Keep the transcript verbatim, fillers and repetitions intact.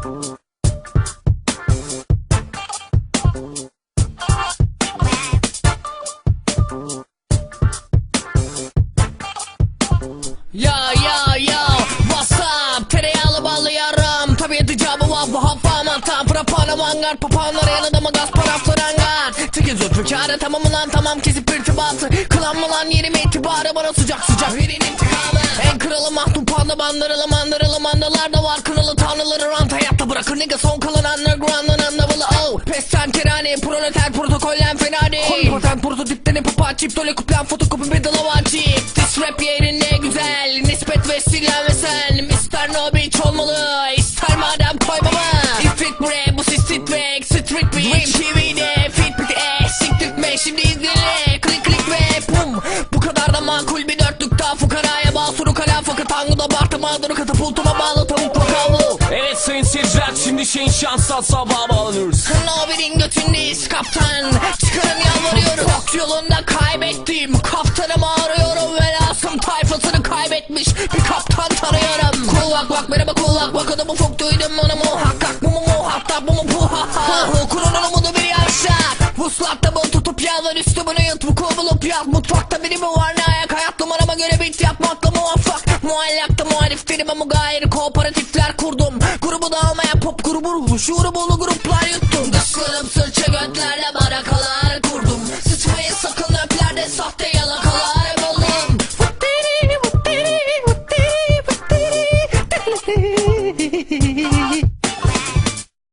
Ya ya ya WhatsApp tereyağlı ballı yarım tabiatı cevabı var bu haffa mantan Prapana vangar papanlara yanında mı gaz paraflar hangar Tekiz otur kâre tamam ulan tamam kesip irtibatı Kılan mı lan yerim itibarı bana sıcak sıcak verin intikamı En kralı mahdum panda bandırılı mandırılı mandalar da var Kınalı tanrıları rant hayatta bırakır nigga son kalan underground'ın anlamılı oh Pesten kerane proleter protokollen fena değil Patent prototipten papa çip dole kuplen fotokopi bedala var çip This rap yerinde güzel nispet ve silah ve sen mister No Bitch olmalı ister madem koymama İfrit bre bu siz titrek street beat T V'de fit bit eh siktirtme şimdi izle klik klik ve pum Bu kadar da makul bir dörtlük daha fukaraya basuru kala fakat tanguda bartı mağduru katapultuma bağlı tavukla kavlu Evet sayın seyirciler şimdi şeyin şansal sabaha bağlanıyoruz. No Bitch'in götündeyiz kaptan çıkarın yalvarıyorum Ok yolunda kaybettim kaptanımı arıyorum Velasım tayfasını kaybetmiş bir kaptan tanıyorum Kul bak bak merhaba kul bak bak adamı fok duydum onu muhakkak bu mu muhakkak bu mu bu ha ha Kurunun umudu bir yavşak Vuslatta bol tutup yağlar üstü bunu yut bu kol bulup yat Mutfakta biri mi var ne ayak hayat numarama göre bit yapmakla muvaffak Muallakta muhalif derime mugayir kooperatifler kurdum Grubu da almaya pop grubu ruhu şuuru bolu gruplar yuttum Dışlarım sırça götlerle